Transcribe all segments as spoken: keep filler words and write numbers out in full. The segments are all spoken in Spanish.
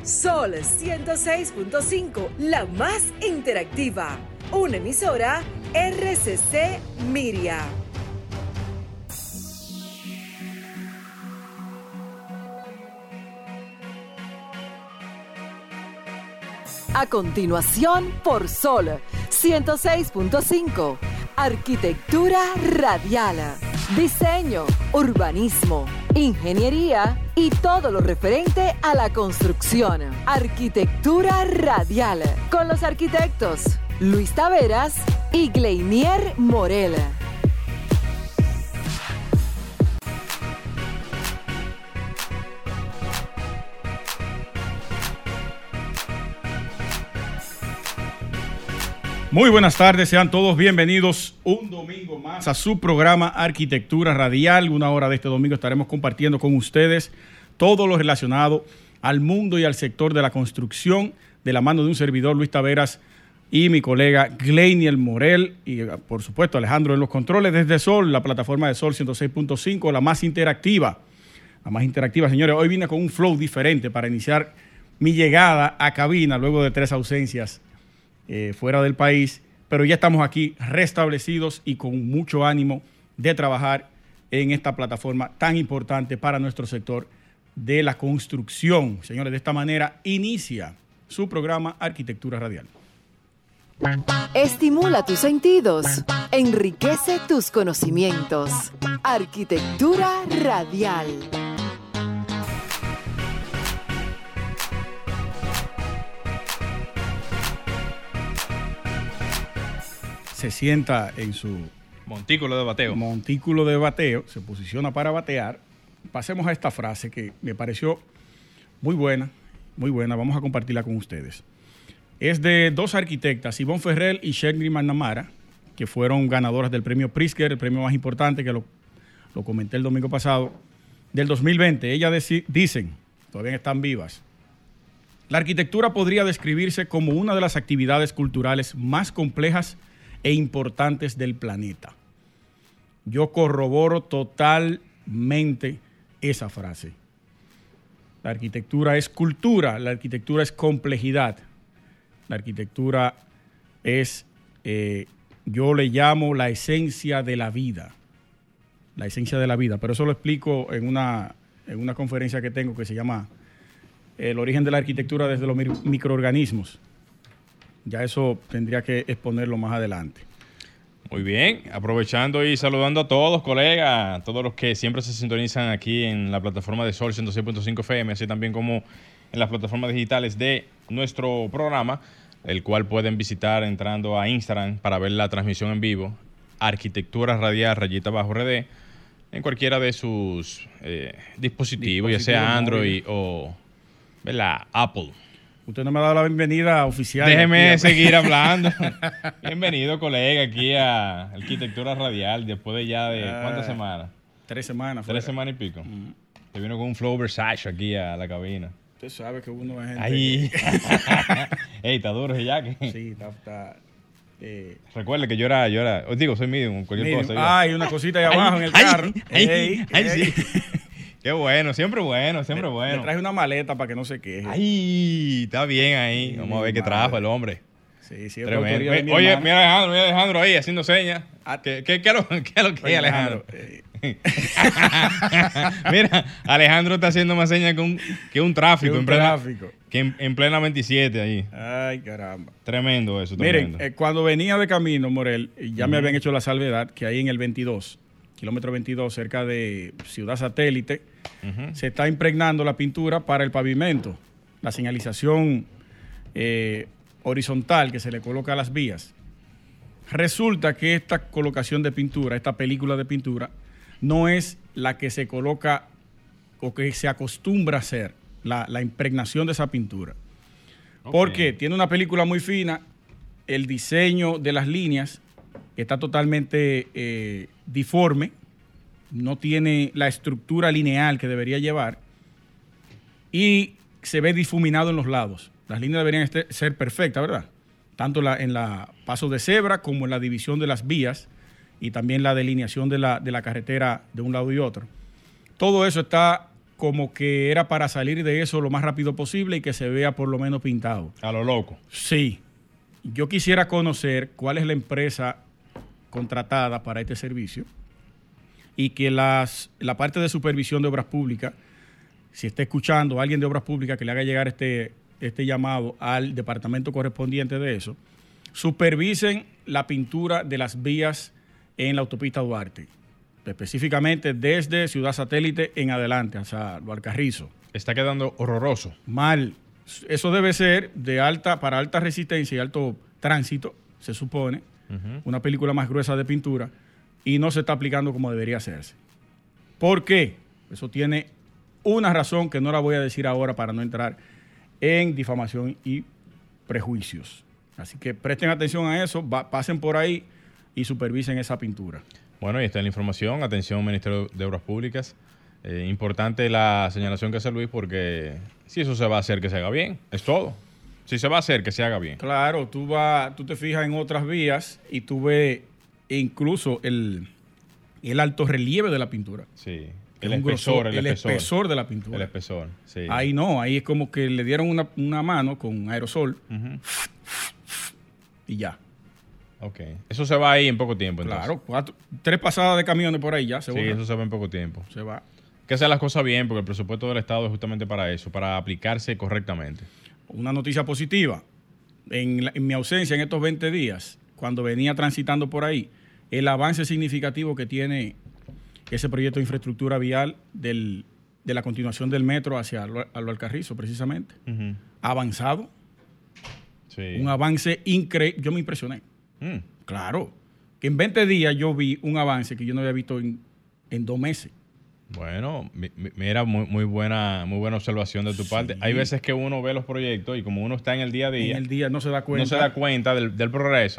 Sol ciento seis punto cinco, la más interactiva. Una emisora R C C Miria. A continuación, por Sol ciento seis punto cinco, Arquitectura Radial, Diseño, Urbanismo, Ingeniería y todo lo referente a la construcción. Arquitectura Radial, con los arquitectos Luis Taveras y Gleinier Morel. Muy buenas tardes, sean todos bienvenidos un domingo más a su programa Arquitectura Radial. Una hora de este domingo estaremos compartiendo con ustedes todo lo relacionado al mundo y al sector de la construcción, de la mano de un servidor, Luis Taveras, y mi colega Gleinier Morel, y por supuesto Alejandro en los controles desde Sol, la plataforma de Sol ciento seis punto cinco, la más interactiva. La más interactiva, señores. Hoy vine con un flow diferente para iniciar mi llegada a cabina luego de tres ausencias Eh, fuera del país, pero ya estamos aquí restablecidos y con mucho ánimo de trabajar en esta plataforma tan importante para nuestro sector de la construcción. Señores, de esta manera inicia su programa Arquitectura Radial. Estimula tus sentidos, enriquece tus conocimientos. Arquitectura Radial. Se sienta en su montículo de bateo. Montículo de bateo, se posiciona para batear. Pasemos a esta frase que me pareció muy buena, muy buena. Vamos a compartirla con ustedes. Es de dos arquitectas, Ivonne Ferrer y Shengri McNamara, que fueron ganadoras del premio Pritzker, el premio más importante que lo, lo comenté el domingo pasado, del dos mil veinte. Ellas deci- dicen, todavía están vivas: la arquitectura podría describirse como una de las actividades culturales más complejas e importantes del planeta. Yo corroboro totalmente esa frase. La arquitectura es cultura, la arquitectura es complejidad, la arquitectura es, eh, yo le llamo la esencia de la vida, la esencia de la vida, pero eso lo explico en una, en una conferencia que tengo que se llama El origen de la arquitectura desde los microorganismos. Ya eso tendría que exponerlo más adelante. Muy bien, aprovechando y saludando a todos, colegas, todos los que siempre se sintonizan aquí en la plataforma de Sol ciento seis punto cinco F M, así también como en las plataformas digitales de nuestro programa, el cual pueden visitar entrando a Instagram para ver la transmisión en vivo, Arquitectura Radial, rayita bajo R D, en cualquiera de sus eh, dispositivos, Dispositivo ya sea Android móvil o ¿verdad? Apple. Usted no me ha dado la bienvenida oficial. Déjeme aquí seguir hablando. Bienvenido, colega, aquí a Arquitectura Radial, después de ya de uh, ¿cuántas semanas? Tres semanas. Tres fuera. semanas y pico. Uh-huh. Te vino con un flow Versace aquí a la cabina. Usted sabe que uno es gente... Ahí. Ey, está duro ese jaque. Sí, está... está eh. Recuerde que yo era, yo era... Os digo, soy medium, cualquier medium. cosa. Ay, una cosita ahí abajo ay, en el carro. Ay, ey, ay, ey. Sí. Qué bueno, siempre bueno, siempre le, bueno. Le traje una maleta para que no se queje. Ay, está bien ahí. Sí, Vamos a ver qué trajo el hombre. Sí, sí. Tremendo. Mi Oye, hermano. Mira a Alejandro, mira a Alejandro ahí haciendo señas. ¿Qué, qué, qué, lo, qué lo que es Alejandro? Eh. Mira, Alejandro está haciendo más señas que un, que un tráfico. Que un en plena, tráfico. Que en, en plena veintisiete ahí. Ay, caramba. Tremendo eso, tremendo. Miren, eh, cuando venía de camino, Morel, ya uh-huh. me habían hecho la salvedad que ahí en el veintidós, kilómetro veintidós, cerca de Ciudad Satélite, uh-huh. se está impregnando la pintura para el pavimento, la señalización eh, horizontal que se le coloca a las vías. Resulta que esta colocación de pintura, esta película de pintura, no es la que se coloca o que se acostumbra a hacer, la, la impregnación de esa pintura. Okay. Porque tiene una película muy fina, el diseño de las líneas está totalmente eh, diforme, no tiene la estructura lineal que debería llevar y se ve difuminado en los lados. Las líneas deberían este, ser perfectas, ¿verdad? Tanto la, en la paso de cebra como en la división de las vías y también la delineación de la, de la carretera de un lado y otro. Todo eso está como que era para salir de eso lo más rápido posible y que se vea por lo menos pintado. A lo loco. Sí. Yo quisiera conocer cuál es la empresa contratada para este servicio y que las, la parte de supervisión de obras públicas, si está escuchando a alguien de obras públicas, que le haga llegar este, este llamado al departamento correspondiente de eso, supervisen la pintura de las vías en la autopista Duarte, específicamente desde Ciudad Satélite en adelante, hasta lo Alcarrizo. Está quedando horroroso. Mal. Eso debe ser de alta, para alta resistencia y alto tránsito, se supone, uh-huh. una película más gruesa de pintura, y no se está aplicando como debería hacerse. ¿Por qué? Eso tiene una razón que no la voy a decir ahora para no entrar en difamación y prejuicios. Así que presten atención a eso, va, pasen por ahí y supervisen esa pintura. Bueno, y está la información. Atención, Ministerio de Obras Públicas. Eh, importante la señalación que hace Luis, porque si eso se va a hacer, que se haga bien. Es todo. Si se va a hacer, que se haga bien. Claro, tú, va, tú te fijas en otras vías y tú ves incluso el, el alto relieve de la pintura. Sí. El espesor, grosor, el, el espesor. espesor de la pintura. El espesor, sí. Ahí no, ahí es como que le dieron una, una mano con aerosol uh-huh. y ya. Ok. Eso se va ahí en poco tiempo, entonces. Claro, cuatro, tres pasadas de camiones por ahí ya se va. Sí, eso se va en poco tiempo. Se va. Que hacer las cosas bien, porque el presupuesto del Estado es justamente para eso, para aplicarse correctamente. Una noticia positiva. En, la, en mi ausencia en estos veinte días, cuando venía transitando por ahí, el avance significativo que tiene ese proyecto de infraestructura vial del, de la continuación del metro hacia lo, a lo Alcarrizo, precisamente. Uh-huh. Avanzado. Sí. Un avance increíble. Yo me impresioné. Mm. Claro. Que en veinte días yo vi un avance que yo no había visto en, en dos meses. Bueno, mira, muy, muy buena muy buena observación de tu sí. parte. Hay veces que uno ve los proyectos y como uno está en el día a día, en el día no se da cuenta, no se da cuenta del, del progreso,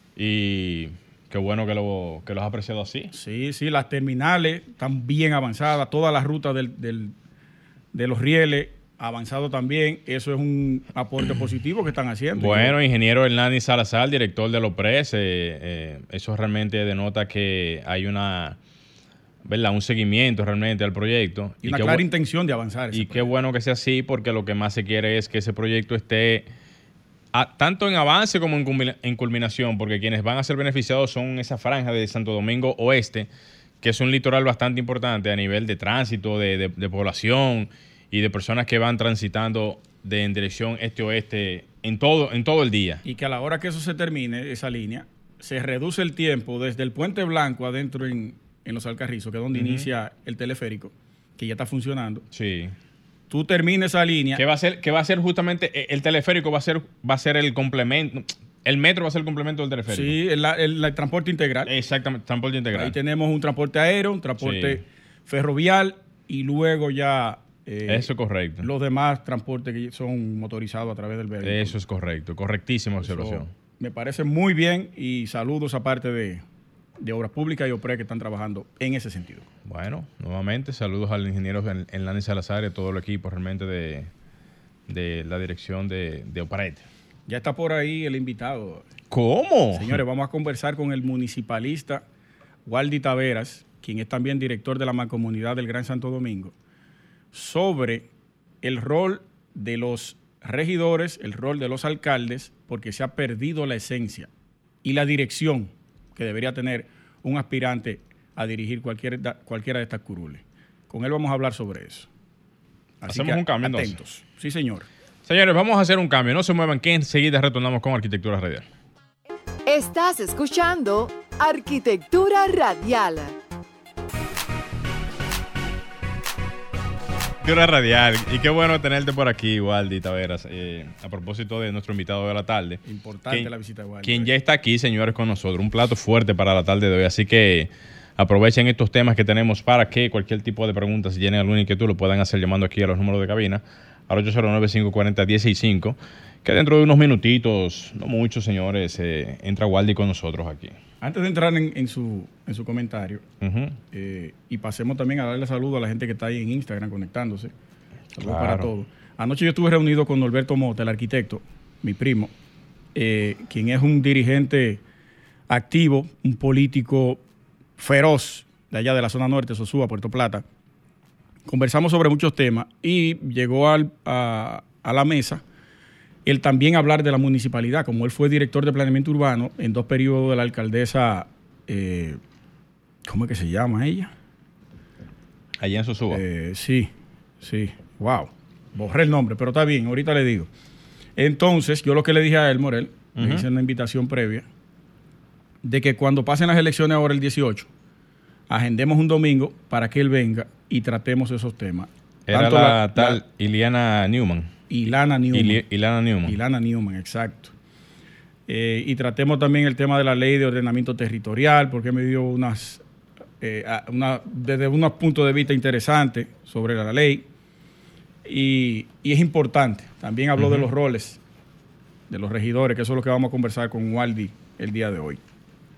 y qué bueno que lo que los has apreciado así. Sí, sí, las terminales están bien avanzadas, todas las rutas del, del, de los rieles avanzado también. Eso es un aporte positivo que están haciendo. Bueno, ingeniero Hernández Salazar, director de Lopres, eh, eh, eso realmente denota que hay una... ¿verdad? Un seguimiento realmente al proyecto. Y, y una clara bu- intención de avanzar. Y proyecto. Qué bueno que sea así, porque lo que más se quiere es que ese proyecto esté a, tanto en avance como en, culmina- en culminación, porque quienes van a ser beneficiados son esa franja de Santo Domingo Oeste, que es un litoral bastante importante a nivel de tránsito, de, de, de población y de personas que van transitando de en dirección este-oeste en todo, en todo el día. Y que a la hora que eso se termine, esa línea, se reduce el tiempo desde el Puente Blanco adentro en... en los Alcarrizos, que es donde uh-huh. inicia el teleférico, que ya está funcionando. Sí. Tú termines esa línea. Que va a ser, que va a ser justamente, el teleférico va a ser, va a ser el complemento, el metro va a ser el complemento del teleférico. Sí, el, el, el transporte integral. Exactamente, transporte integral. Ahí tenemos un transporte aéreo, un transporte sí. ferrovial y luego ya... Eh, Eso es correcto. Los demás transportes que son motorizados a través del vehículo. Eso es correcto, correctísima observación. Eso me parece muy bien y saludos aparte de... de Obras Públicas y O P R E que están trabajando en ese sentido. Bueno, nuevamente saludos al ingeniero Hernández Salazar y a todo el equipo realmente de, de la dirección de, de O P R E. Ya está por ahí el invitado. ¿Cómo? Señores, vamos a conversar con el municipalista Waldy Taveras, quien es también director de la Mancomunidad del Gran Santo Domingo, sobre el rol de los regidores, el rol de los alcaldes, porque se ha perdido la esencia y la dirección que debería tener un aspirante a dirigir cualquier, cualquiera de estas curules. Con él vamos a hablar sobre eso. Así Hacemos que un cambio atentos. Entonces. Sí, señor. Señores, vamos a hacer un cambio. No se muevan, que enseguida retornamos con Arquitectura Radial. Estás escuchando Arquitectura Radial. Arquitectura Radial. Y qué bueno tenerte por aquí, Waldy Taveras. Eh, a propósito de nuestro invitado de la tarde. Importante quien, la visita de Waldy. Quien ya está aquí, señores, con nosotros. Un plato fuerte para la tarde de hoy. Así que aprovechen estos temas que tenemos para que cualquier tipo de preguntas, si tienen alguna inquietud, lo puedan hacer llamando aquí a los números de cabina. Al ocho cero nueve, cinco cuatro cero, uno cero seis cinco. Que dentro de unos minutitos, no muchos, señores, eh, entra Waldy con nosotros aquí. Antes de entrar en, en, su, en su comentario, uh-huh. eh, y pasemos también a darle saludo a la gente que está ahí en Instagram conectándose. Saludos claro. para todos. Anoche yo estuve reunido con Norberto Mota, el arquitecto, mi primo, eh, quien es un dirigente activo, un político feroz de allá de la zona norte, Sosúa, Puerto Plata, conversamos sobre muchos temas y llegó al, a, a la mesa el también hablar de la municipalidad, como él fue director de planeamiento urbano en dos periodos de la alcaldesa, eh, ¿cómo es que se llama ella? Allá en Sosúa. Eh, sí, sí, wow, borré el nombre, pero está bien, ahorita le digo. Entonces, yo lo que le dije a él, Morel, uh-huh. le hice una invitación previa, de que cuando pasen las elecciones ahora el dieciocho, agendemos un domingo para que él venga y tratemos esos temas. Era Tanto la, la tal la, Iliana Newman. Ilana Newman. Ili, Ilana Newman. Ilana Newman, exacto. Eh, y tratemos también el tema de la ley de ordenamiento territorial, porque me dio unas, eh, una, desde unos puntos de vista interesantes sobre la ley. Y, y es importante. También habló uh-huh. de los roles de los regidores, que eso es lo que vamos a conversar con Waldi el día de hoy.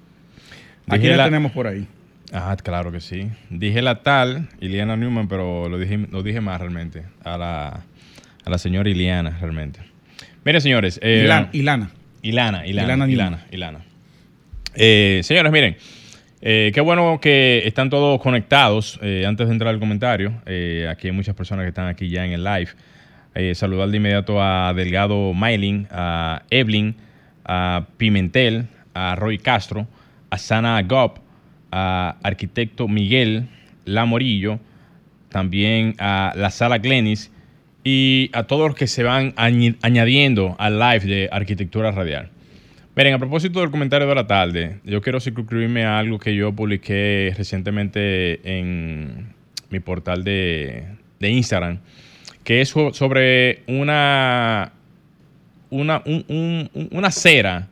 ¿A quién la tenemos por ahí? Ah, claro que sí. Dije la tal Iliana Newman, pero lo dije, lo dije más realmente. A la, a la señora Iliana, realmente. Miren, señores. Eh, Ilana. Ilana. Ilana, Ilana, Ilana, Ilana. Ilana. Eh, señores, miren. Eh, qué bueno que están todos conectados. Eh, antes de entrar al comentario, eh, aquí hay muchas personas que están aquí ya en el live. Eh, saludar de inmediato a Delgado Maylin, a Evelyn, a Pimentel, a Roy Castro, a Sana Gop, a Arquitecto Miguel Lamorillo, también a la Sala Glenis y a todos los que se van añ- añadiendo al live de Arquitectura Radial. Miren, a propósito del comentario de la tarde, yo quiero circunscribirme a algo que yo publiqué recientemente en mi portal de, de Instagram, que es sobre una, una, un, un, una acera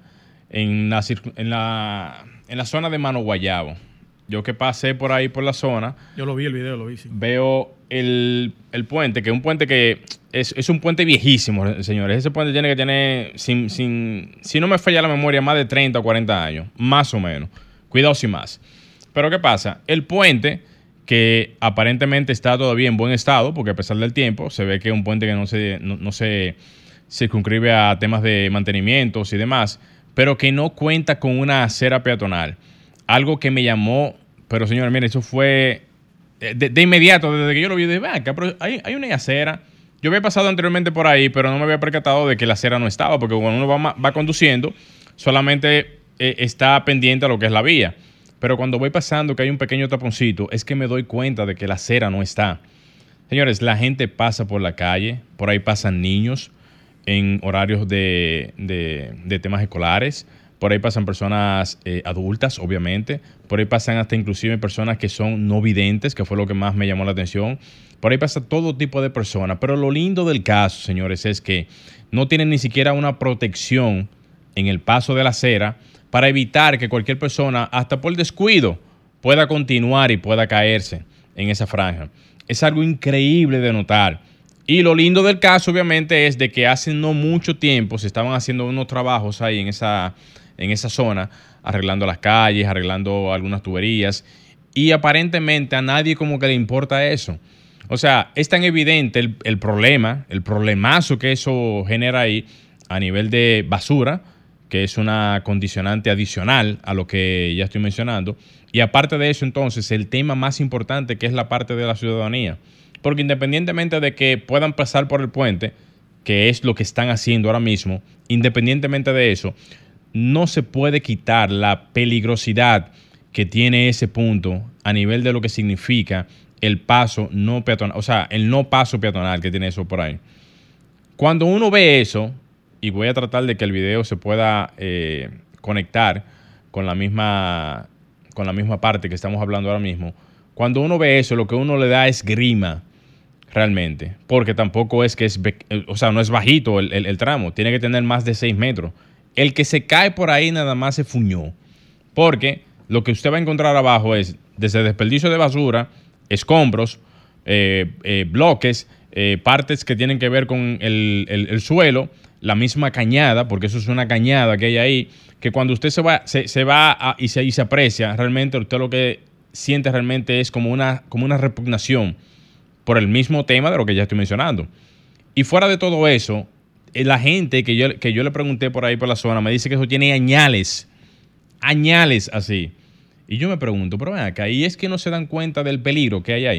en la, en, la, en la zona de Mano Guayabo. Yo que pasé por ahí por la zona. Yo lo vi, el video lo vi, sí. Veo el, el puente, que es un puente que es, es un puente viejísimo, señores. Ese puente tiene que tener, sin, sin, si no me falla la memoria, más de treinta o cuarenta años, más o menos. Cuidado si más. Pero ¿qué pasa? El puente, que aparentemente está todavía en buen estado, porque a pesar del tiempo, se ve que es un puente que no se, no, no se circunscribe a temas de mantenimientos y demás, pero que no cuenta con una acera peatonal. Algo que me llamó, pero señores, miren, eso fue de, de inmediato, desde que yo lo vi, dije, venga, pero hay, hay una acera. Yo había pasado anteriormente por ahí, pero no me había percatado de que la acera no estaba, porque cuando uno va, va conduciendo, solamente eh, está pendiente a lo que es la vía. Pero cuando voy pasando, que hay un pequeño taponcito, es que me doy cuenta de que la acera no está. Señores, la gente pasa por la calle, por ahí pasan niños en horarios de, de, de temas escolares, por ahí pasan personas eh, adultas, obviamente, por ahí pasan hasta inclusive personas que son no videntes, que fue lo que más me llamó la atención. Por ahí pasa todo tipo de personas, pero lo lindo del caso, señores, es que no tienen ni siquiera una protección en el paso de la acera para evitar que cualquier persona, hasta por descuido, pueda continuar y pueda caerse en esa franja. Es algo increíble de notar. Y lo lindo del caso, obviamente, es de que hace no mucho tiempo se estaban haciendo unos trabajos ahí en esa, en esa zona, arreglando las calles, arreglando algunas tuberías, y aparentemente a nadie como que le importa eso. O sea, es tan evidente el, el problema, el problemazo que eso genera ahí a nivel de basura, que es una condicionante adicional a lo que ya estoy mencionando. Y aparte de eso, entonces, el tema más importante, que es la parte de la ciudadanía. Porque independientemente de que puedan pasar por el puente, que es lo que están haciendo ahora mismo, independientemente de eso, no se puede quitar la peligrosidad que tiene ese punto a nivel de lo que significa el paso no peatonal, o sea, el no paso peatonal que tiene eso por ahí. Cuando uno ve eso, y voy a tratar de que el video se pueda eh, conectar con la misma con la misma parte que estamos hablando ahora mismo. Cuando uno ve eso, lo que uno le da es grima realmente, porque tampoco es que es, o sea, no es bajito el, el, el tramo, tiene que tener más de seis metros. El que se cae por ahí nada más se fuñó, porque lo que usted va a encontrar abajo es desde desperdicio de basura, escombros, eh, eh, bloques, eh, partes que tienen que ver con el, el, el suelo, la misma cañada, porque eso es una cañada que hay ahí, que cuando usted se va, se, se va a, y, se, y se aprecia, realmente usted lo que siente realmente es como una, como una repugnación por el mismo tema de lo que ya estoy mencionando. Y fuera de todo eso, la gente que yo, que yo le pregunté por ahí por la zona me dice que eso tiene añales, añales así. Y yo me pregunto, pero ven acá, ¿y es que no se dan cuenta del peligro que hay ahí?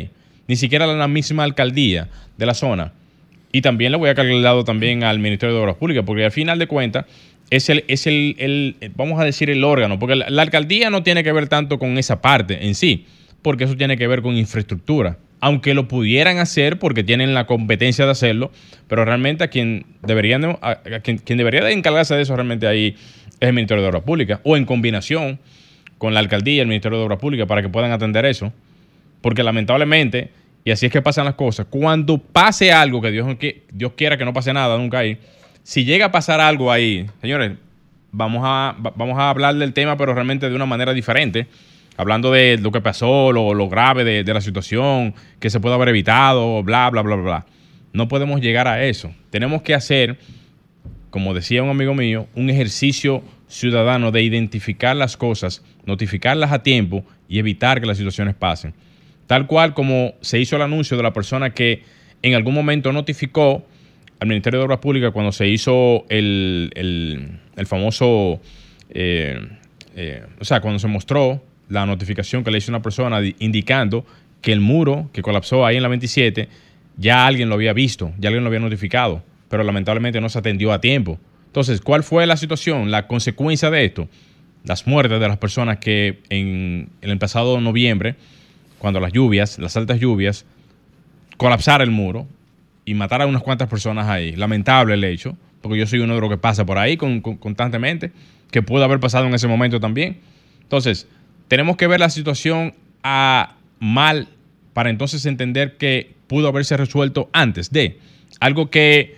ni siquiera la misma alcaldía de la zona. Y también le voy a cargar el lado también al Ministerio de Obras Públicas, porque al final de cuentas es el, es el, el, vamos a decir, el órgano, porque la, la alcaldía no tiene que ver tanto con esa parte en sí, porque eso tiene que ver con infraestructura, aunque lo pudieran hacer porque tienen la competencia de hacerlo, pero realmente a quien, deberían, a, a quien, quien debería de encargarse de eso realmente ahí es el Ministerio de Obras Públicas, o en combinación con la alcaldía y el Ministerio de Obras Públicas para que puedan atender eso, porque lamentablemente, y así es que pasan las cosas, cuando pase algo, que Dios, que Dios quiera que no pase nada nunca ahí, si llega a pasar algo ahí, señores, vamos a, vamos a hablar del tema, pero realmente de una manera diferente, hablando de lo que pasó, lo, lo grave de, de la situación, que se puede haber evitado, bla, bla, bla, bla. No podemos llegar a eso. Tenemos que hacer, como decía un amigo mío, un ejercicio ciudadano de identificar las cosas, notificarlas a tiempo y evitar que las situaciones pasen. Tal cual como se hizo el anuncio de la persona que en algún momento notificó al Ministerio de Obras Públicas cuando se hizo el, el, el famoso, eh, eh, o sea, cuando se mostró la notificación que le hizo una persona indicando que el muro que colapsó ahí en la veintisiete, ya alguien lo había visto, ya alguien lo había notificado, pero lamentablemente no se atendió a tiempo. Entonces, ¿cuál fue la situación, la consecuencia de esto? Las muertes de las personas que en el pasado noviembre, cuando las lluvias, las altas lluvias, colapsara el muro y matara a unas cuantas personas ahí. Lamentable el hecho, porque yo soy uno de los que pasa por ahí con, con, constantemente, que pudo haber pasado en ese momento también. Entonces, tenemos que ver la situación a mal para entonces entender que pudo haberse resuelto antes de algo que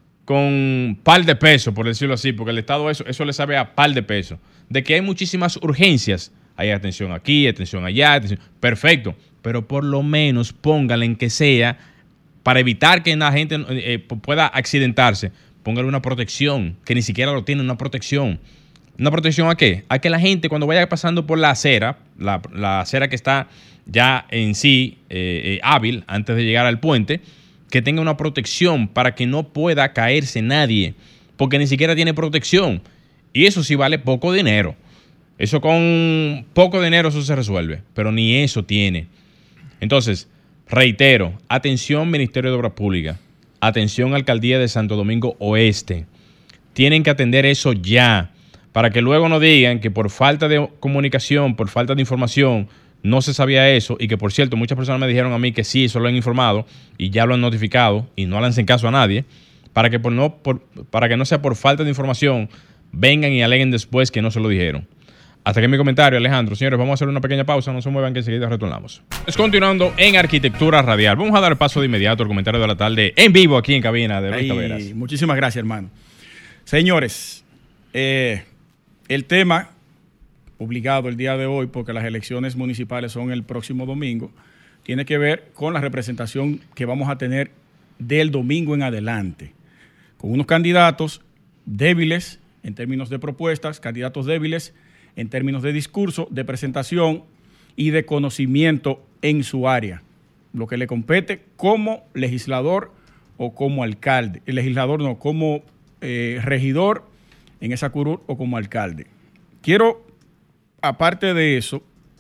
con par de pesos, por decirlo así, porque el Estado eso, eso le sabe a par de pesos, de que hay muchísimas urgencias. Hay atención aquí, atención allá, atención. Perfecto, pero por lo menos póngale en que sea para evitar que la gente eh, pueda accidentarse. Póngale una protección, que ni siquiera lo tiene, una protección. ¿Una protección a qué? A que la gente cuando vaya pasando por la acera, la, la acera que está ya en sí eh, eh, hábil antes de llegar al puente, que tenga una protección para que no pueda caerse nadie, porque ni siquiera tiene protección. Y eso sí vale poco dinero. Eso con poco dinero eso se resuelve, pero ni eso tiene. Entonces, reitero, atención Ministerio de Obras Públicas, atención Alcaldía de Santo Domingo Oeste. Tienen que atender eso ya, para que luego no digan que por falta de comunicación, por falta de información, no se sabía eso, y que por cierto, muchas personas me dijeron a mí que sí, eso lo han informado y ya lo han notificado y no le hacen caso a nadie, para que, por no, por, para que no sea por falta de información, vengan y aleguen después que no se lo dijeron. Hasta aquí mi comentario, Alejandro. Señores, vamos a hacer una pequeña pausa, no se muevan que enseguida retornamos. Pues continuando en Arquitectura Radial, vamos a dar paso de inmediato al comentario de la tarde en vivo aquí en cabina de Luis Taveras. Muchísimas gracias, hermano. Señores, eh, el tema publicado el día de hoy, porque las elecciones municipales son el próximo domingo, tiene que ver con la representación que vamos a tener del domingo en adelante, con unos candidatos débiles en términos de propuestas, candidatos débiles en términos de discurso, de presentación y de conocimiento en su área, lo que le compete como legislador o como alcalde. El legislador no, como eh, regidor en esa curul o como alcalde. Quiero, aparte de eso,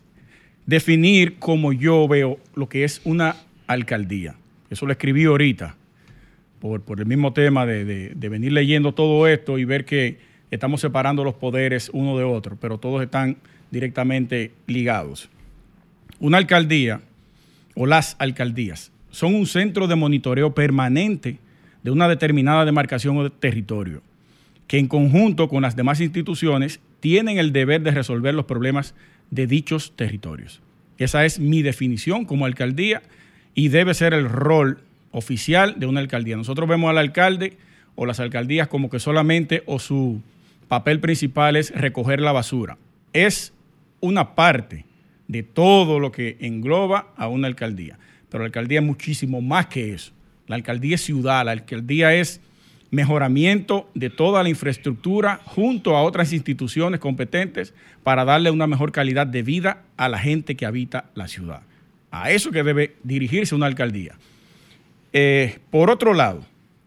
definir cómo yo veo lo que es una alcaldía. Eso lo escribí ahorita, por, por el mismo tema de, de, de venir leyendo todo esto y ver que estamos separando los poderes uno de otro, pero todos están directamente ligados. Una alcaldía o las alcaldías son un centro de monitoreo permanente de una determinada demarcación o de territorio, que en conjunto con las demás instituciones tienen el deber de resolver los problemas de dichos territorios. Esa es mi definición como alcaldía y debe ser el rol oficial de una alcaldía. Nosotros vemos al alcalde o las alcaldías como que solamente o su papel principal es recoger la basura. Es una parte de todo lo que engloba a una alcaldía. Pero la alcaldía es muchísimo más que eso. La alcaldía es ciudad, la alcaldía es mejoramiento de toda la infraestructura junto a otras instituciones competentes para darle una mejor calidad de vida a la gente que habita la ciudad. A eso que debe dirigirse una alcaldía. Eh, por otro lado,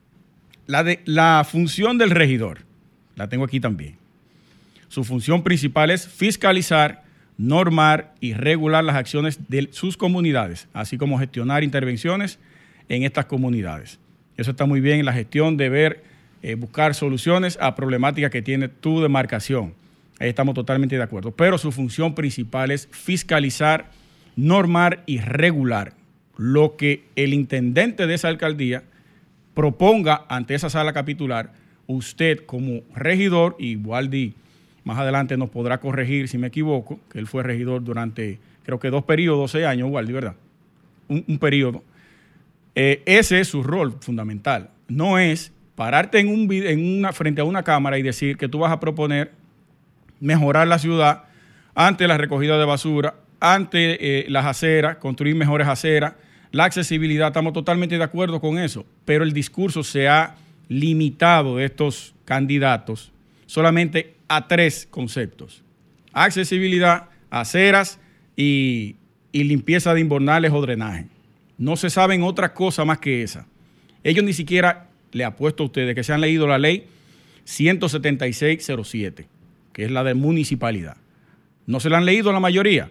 la, de, la función del regidor, la tengo aquí también. Su función principal es fiscalizar normar y regular las acciones de sus comunidades, así como gestionar intervenciones en estas comunidades. Eso está muy bien en la gestión de ver, eh, buscar soluciones a problemáticas que tiene tu demarcación. Ahí estamos totalmente de acuerdo. Pero su función principal es fiscalizar, normar y regular lo que el intendente de esa alcaldía proponga ante esa sala capitular. Usted como regidor, y Waldi más adelante nos podrá corregir si me equivoco, que él fue regidor durante creo que dos periodos, doce años, Waldi, ¿verdad? Un, un periodo. Eh, ese es su rol fundamental. No es pararte en un, en una, frente a una cámara y decir que tú vas a proponer mejorar la ciudad ante la recogida de basura, ante eh, las aceras, construir mejores aceras, la accesibilidad. Estamos totalmente de acuerdo con eso, pero el discurso se ha limitado de estos candidatos solamente a tres conceptos: accesibilidad, aceras y, y limpieza de invernales o drenaje. No se saben otra cosa más que esa. Ellos ni siquiera, le apuesto a ustedes, que se han leído la ley ciento setenta y seis cero siete, que es la de municipalidad. No se la han leído la mayoría.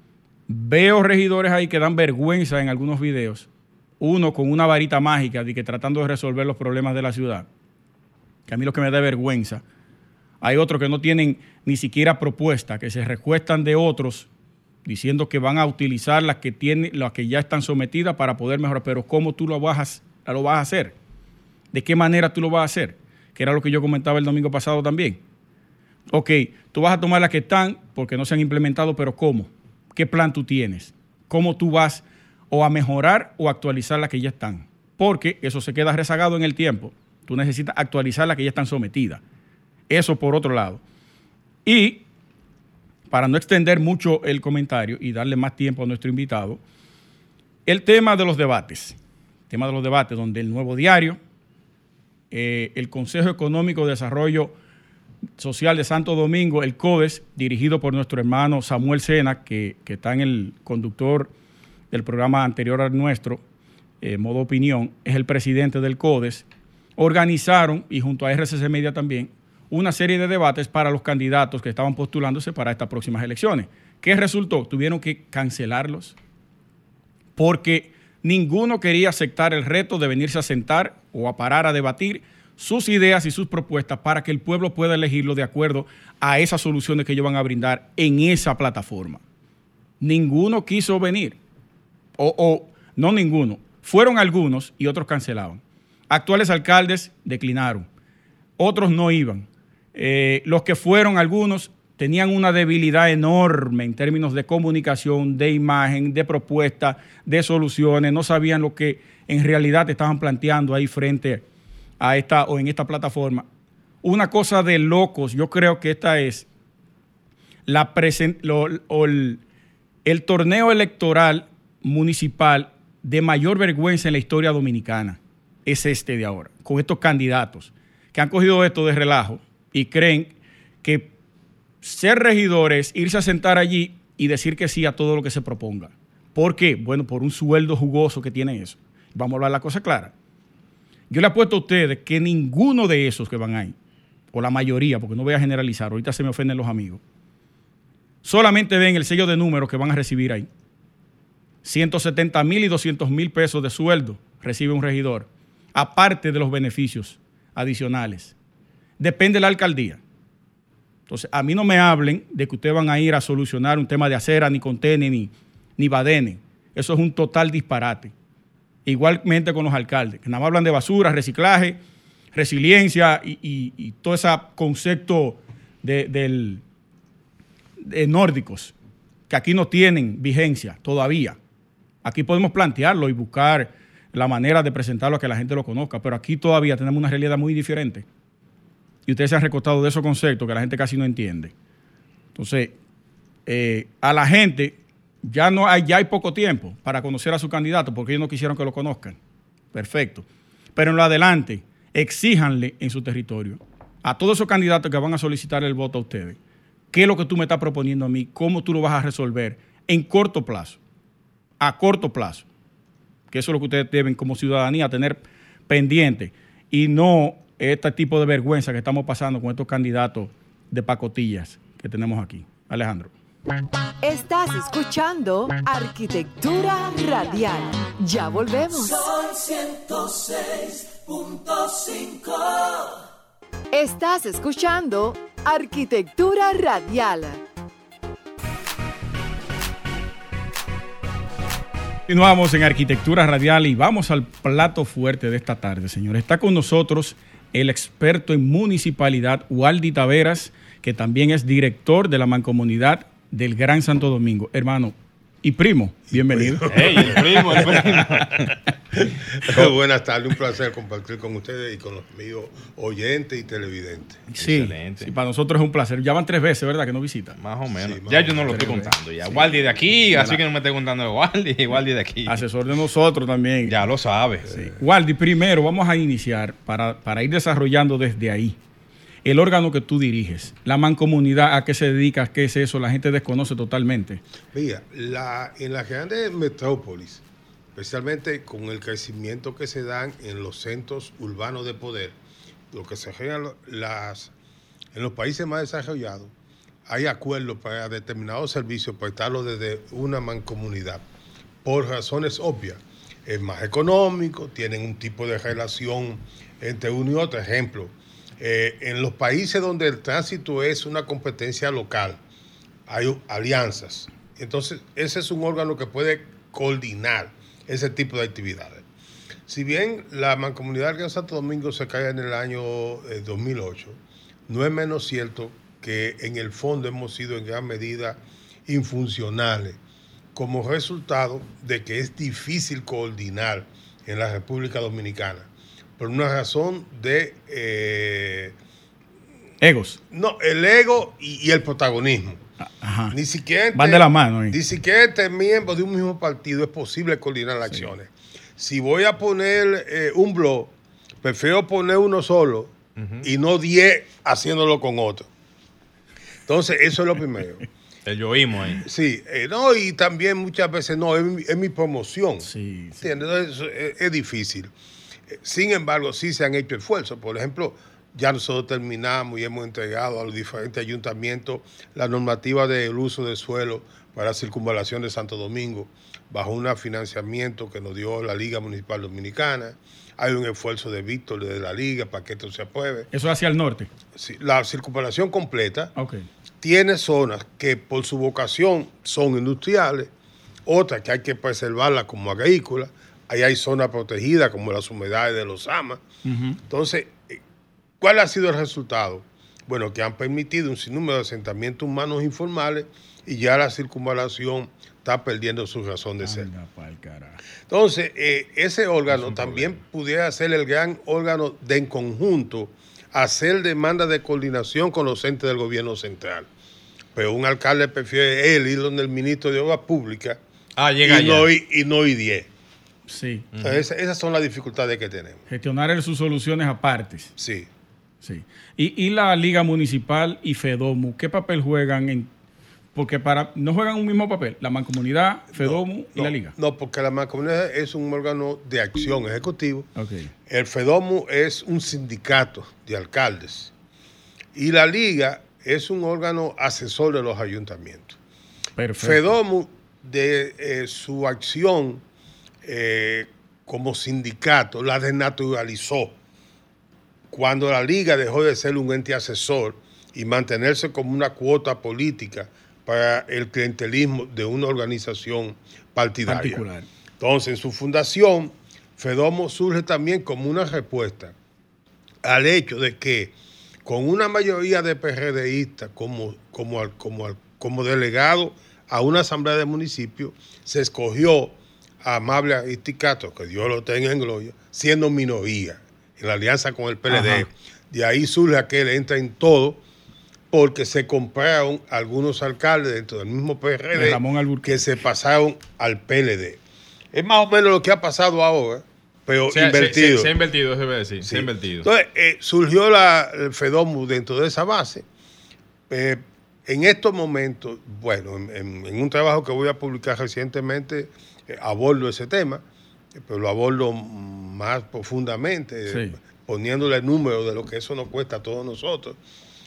Veo regidores ahí que dan vergüenza en algunos videos. Uno con una varita mágica de que tratando de resolver los problemas de la ciudad, que a mí lo que me da vergüenza. Hay otros que no tienen ni siquiera propuesta, que se recuestan de otros diciendo que van a utilizar las que tienen, las que ya están sometidas para poder mejorar. Pero ¿cómo tú lo vas a, lo vas a hacer? ¿De qué manera tú lo vas a hacer? Que era lo que yo comentaba el domingo pasado también. Ok, tú vas a tomar las que están porque no se han implementado, pero ¿cómo? ¿Qué plan tú tienes? ¿Cómo tú vas o a mejorar o actualizar las que ya están? Porque eso se queda rezagado en el tiempo. Tú necesitas actualizar las que ya están sometidas. Eso por otro lado. Y para no extender mucho el comentario y darle más tiempo a nuestro invitado, el tema de los debates. El tema de los debates donde el Nuevo Diario, eh, el Consejo Económico de Desarrollo Social de Santo Domingo, el CODES, dirigido por nuestro hermano Samuel Sena, que, que está en el conductor del programa anterior al nuestro, eh, Modo Opinión, es el presidente del CODES, organizaron, y junto a R C C Media también, una serie de debates para los candidatos que estaban postulándose para estas próximas elecciones. ¿Qué resultó? Tuvieron que cancelarlos porque ninguno quería aceptar el reto de venirse a sentar o a parar a debatir sus ideas y sus propuestas para que el pueblo pueda elegirlo de acuerdo a esas soluciones que ellos van a brindar en esa plataforma. Ninguno quiso venir, o, o no ninguno, fueron algunos y otros cancelaban. Actuales alcaldes declinaron, otros no iban. Eh, los que fueron algunos tenían una debilidad enorme en términos de comunicación, de imagen, de propuesta, de soluciones, no sabían lo que en realidad estaban planteando ahí frente a esta o en esta plataforma. Una cosa de locos, yo creo que esta es la presen- lo, o el, el torneo electoral municipal de mayor vergüenza en la historia dominicana. Es este de ahora, con estos candidatos que han cogido esto de relajo y creen que ser regidor es irse a sentar allí y decir que sí a todo lo que se proponga. ¿Por qué? Bueno, por un sueldo jugoso que tiene eso. Vamos a hablar la cosa clara. Yo le apuesto a ustedes que ninguno de esos que van ahí, o la mayoría, porque no voy a generalizar, ahorita se me ofenden los amigos, solamente ven el sello de números que van a recibir ahí. ciento setenta mil y doscientos mil pesos de sueldo recibe un regidor, aparte de los beneficios adicionales. Depende de la alcaldía. Entonces, a mí no me hablen de que ustedes van a ir a solucionar un tema de acera, ni contene, ni, ni badene. Eso es un total disparate. Igualmente con los alcaldes, que nada más hablan de basura, reciclaje, resiliencia y, y, y todo ese concepto de, del, de nórdicos, que aquí no tienen vigencia todavía. Aquí podemos plantearlo y buscar la manera de presentarlo a que la gente lo conozca, pero aquí todavía tenemos una realidad muy diferente. Y ustedes se han recostado de esos conceptos que la gente casi no entiende. Entonces, eh, a la gente ya no hay, ya hay poco tiempo para conocer a su candidato porque ellos no quisieron que lo conozcan. Perfecto. Pero en lo adelante, exíjanle en su territorio a todos esos candidatos que van a solicitar el voto a ustedes. ¿Qué es lo que tú me estás proponiendo a mí? ¿Cómo tú lo vas a resolver en corto plazo? A corto plazo. Que eso es lo que ustedes deben como ciudadanía tener pendiente y no este tipo de vergüenza que estamos pasando con estos candidatos de pacotillas que tenemos aquí. Alejandro. Estás escuchando Arquitectura Radial. Ya volvemos. Sol ciento seis punto cinco. Estás escuchando Arquitectura Radial. Continuamos en Arquitectura Radial y vamos al plato fuerte de esta tarde, señores. Está con nosotros el experto en municipalidad, Waldy Taveras, que también es director de la Mancomunidad del Gran Santo Domingo. Hermano y primo, bienvenido. Hey, el primo, el primo. Buenas tardes, un placer compartir con ustedes y con los amigos oyentes y televidentes. Sí, Excelente. sí, para nosotros es un placer. Ya van tres veces, ¿verdad? Que nos visitan. Más o menos. Sí, más ya o yo no lo menos. estoy contando. Ya. Sí. Waldy de aquí, así que no me esté contando de Waldy. Waldy de aquí. Asesor de nosotros también. Ya lo sabes. Sí. Waldy, primero vamos a iniciar para, para ir desarrollando desde ahí el órgano que tú diriges. La mancomunidad, ¿a qué se dedica? ¿Qué es eso? La gente desconoce totalmente. Mira, la, en las grandes metrópolis, especialmente con el crecimiento que se dan en los centros urbanos de poder, lo que se generan las, en los países más desarrollados, hay acuerdos para determinados servicios prestarlos desde una mancomunidad, por razones obvias. Es más económico, tienen un tipo de relación entre uno y otro. Ejemplo, eh, en los países donde el tránsito es una competencia local, hay alianzas. Entonces, ese es un órgano que puede coordinar ese tipo de actividades. Si bien la Mancomunidad del Gran Santo Domingo se crea en el año eh, dos mil ocho, no es menos cierto que en el fondo hemos sido en gran medida infuncionales, como resultado de que es difícil coordinar en la República Dominicana, por una razón de... Eh, Egos. no, el ego y, y el protagonismo. Ajá. Ni siquiera entre, Van de la mano ahí. Ni siquiera entre miembros de un mismo partido es posible coordinar las Sí. acciones. Si voy a poner eh, un blog, prefiero poner uno solo uh-huh. y no diez haciéndolo con otro. Entonces, eso es lo primero. El yoísmo ahí. Sí, eh, no, y también muchas veces no, es, mi- es mi promoción. Sí, sí. ¿Entiendes? Entonces, es, es difícil. Eh, Sin embargo, sí se han hecho esfuerzos. Por ejemplo, ya nosotros terminamos y hemos entregado a los diferentes ayuntamientos la normativa del uso de suelo para la circunvalación de Santo Domingo, bajo un financiamiento que nos dio la Liga Municipal Dominicana. Hay un esfuerzo de Víctor de la Liga para que esto se apruebe. Eso hacia el norte. Sí, la circunvalación completa Ok. tiene zonas que por su vocación son industriales, otras que hay que preservarlas como agrícolas. Ahí hay zonas protegidas como las humedades de los Amas. Uh-huh. Entonces, ¿cuál ha sido el resultado? Bueno, que han permitido un sinnúmero de asentamientos humanos informales y ya la circunvalación está perdiendo su razón de ser. Anda pa'l carajo. Entonces, eh, ese órgano Es un también problema. pudiera ser el gran órgano de en conjunto hacer demandas de coordinación con los entes del gobierno central. Pero un alcalde prefiere él ir donde el ministro de Obras Públicas Ah, llega y, ya. no, ir- y no ir diez. Sí. Entonces, esa- esas son las dificultades que tenemos. Gestionar el- sus soluciones apartes. Sí. Sí. Y, y la Liga Municipal y FEDOMU, ¿qué papel juegan en...? Porque para no juegan un mismo papel, la Mancomunidad, FEDOMU y No, la Liga. No, porque la mancomunidad es un órgano de acción ejecutivo. Ok. El FEDOMU es un sindicato de alcaldes. Y la Liga es un órgano asesor de los ayuntamientos. Perfecto. FEDOMU, de eh, su acción eh, como sindicato, la desnaturalizó cuando la Liga dejó de ser un ente asesor y mantenerse como una cuota política para el clientelismo de una organización partidaria. Particular. Entonces, en su fundación, FEDOMU surge también como una respuesta al hecho de que con una mayoría de PRDistas como, como, al- como, al- como delegado a una asamblea de municipios, se escogió a Amable Aristicato, que Dios lo tenga en gloria, siendo minoría en la alianza con el P L D. Ajá. De ahí surge aquel entra en todo, porque se compraron algunos alcaldes dentro del mismo P R D De Ramón Alburquerque. que se pasaron al P L D. Es más o menos lo que ha pasado ahora, pero Se, se- invertido. se- se ha invertido, se debe decir. Se Sí. ha invertido. Entonces, eh, surgió la, el FEDOMU dentro de esa base. Eh, en estos momentos, bueno, en, en- en un trabajo que voy a publicar recientemente, eh, abordo ese tema, eh, pero lo abordo más profundamente, eh, Sí. poniéndole el número de lo que eso nos cuesta a todos nosotros.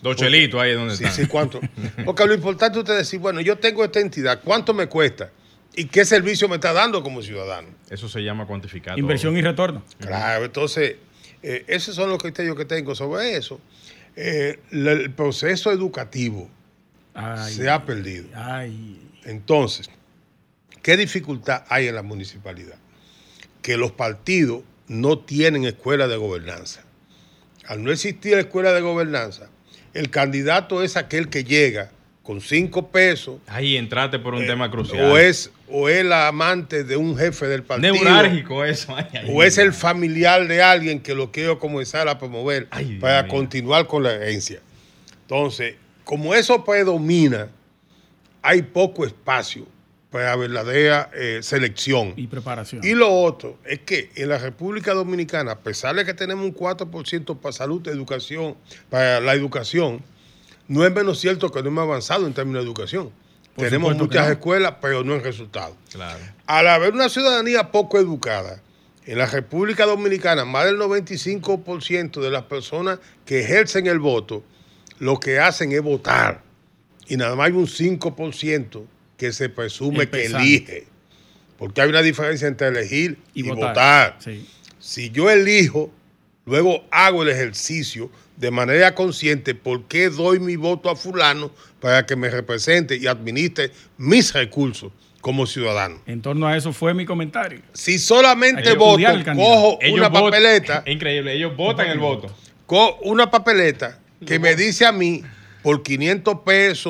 Dos chelitos ahí donde sí, están. Sí, ¿cuánto? Porque lo importante es usted decir, bueno, yo tengo esta entidad, ¿cuánto me cuesta? ¿Y qué servicio me está dando como ciudadano? Eso se llama cuantificar. Inversión todo. y retorno. Claro, entonces, eh, esos son los criterios que tengo sobre eso. Eh, el proceso educativo Ay, se ha perdido. Ay. Entonces, ¿qué dificultad hay en la municipalidad? Que los partidos no tienen escuela de gobernanza. Al no existir escuela de gobernanza, el candidato es aquel que llega con cinco pesos. Ahí entraste por un eh, tema crucial. O es, o es la amante de un jefe del partido. Neurálgico eso. Ay, ay, O es ay. el familiar de alguien que lo quiero comenzar a promover Ay, para Dios mío. continuar con la herencia. Entonces, como eso predomina, hay poco espacio para verdadera eh, selección. Y preparación. Y lo otro es que en la República Dominicana, a pesar de que tenemos un cuatro por ciento para salud, educación, para la educación, no es menos cierto que no hemos avanzado en términos de educación. Por Tenemos supuesto que muchas no. escuelas, pero no en resultados. Claro. Al haber una ciudadanía poco educada, en la República Dominicana, más del noventa y cinco por ciento de las personas que ejercen el voto, lo que hacen es votar. Y nada más hay un cinco por ciento que se presume Empezando. que elige. Porque hay una diferencia entre elegir y, Y votar. votar. Sí. Si yo elijo, luego hago el ejercicio de manera consciente, ¿por qué doy mi voto a fulano para que me represente y administre mis recursos como ciudadano? En torno a eso fue mi comentario. Si Hay solamente que voto, estudiar el candidato. cojo Ellos una votan- papeleta, Es increíble. Ellos votan el voto. cojo una papeleta que me dice a mí, por quinientos pesos,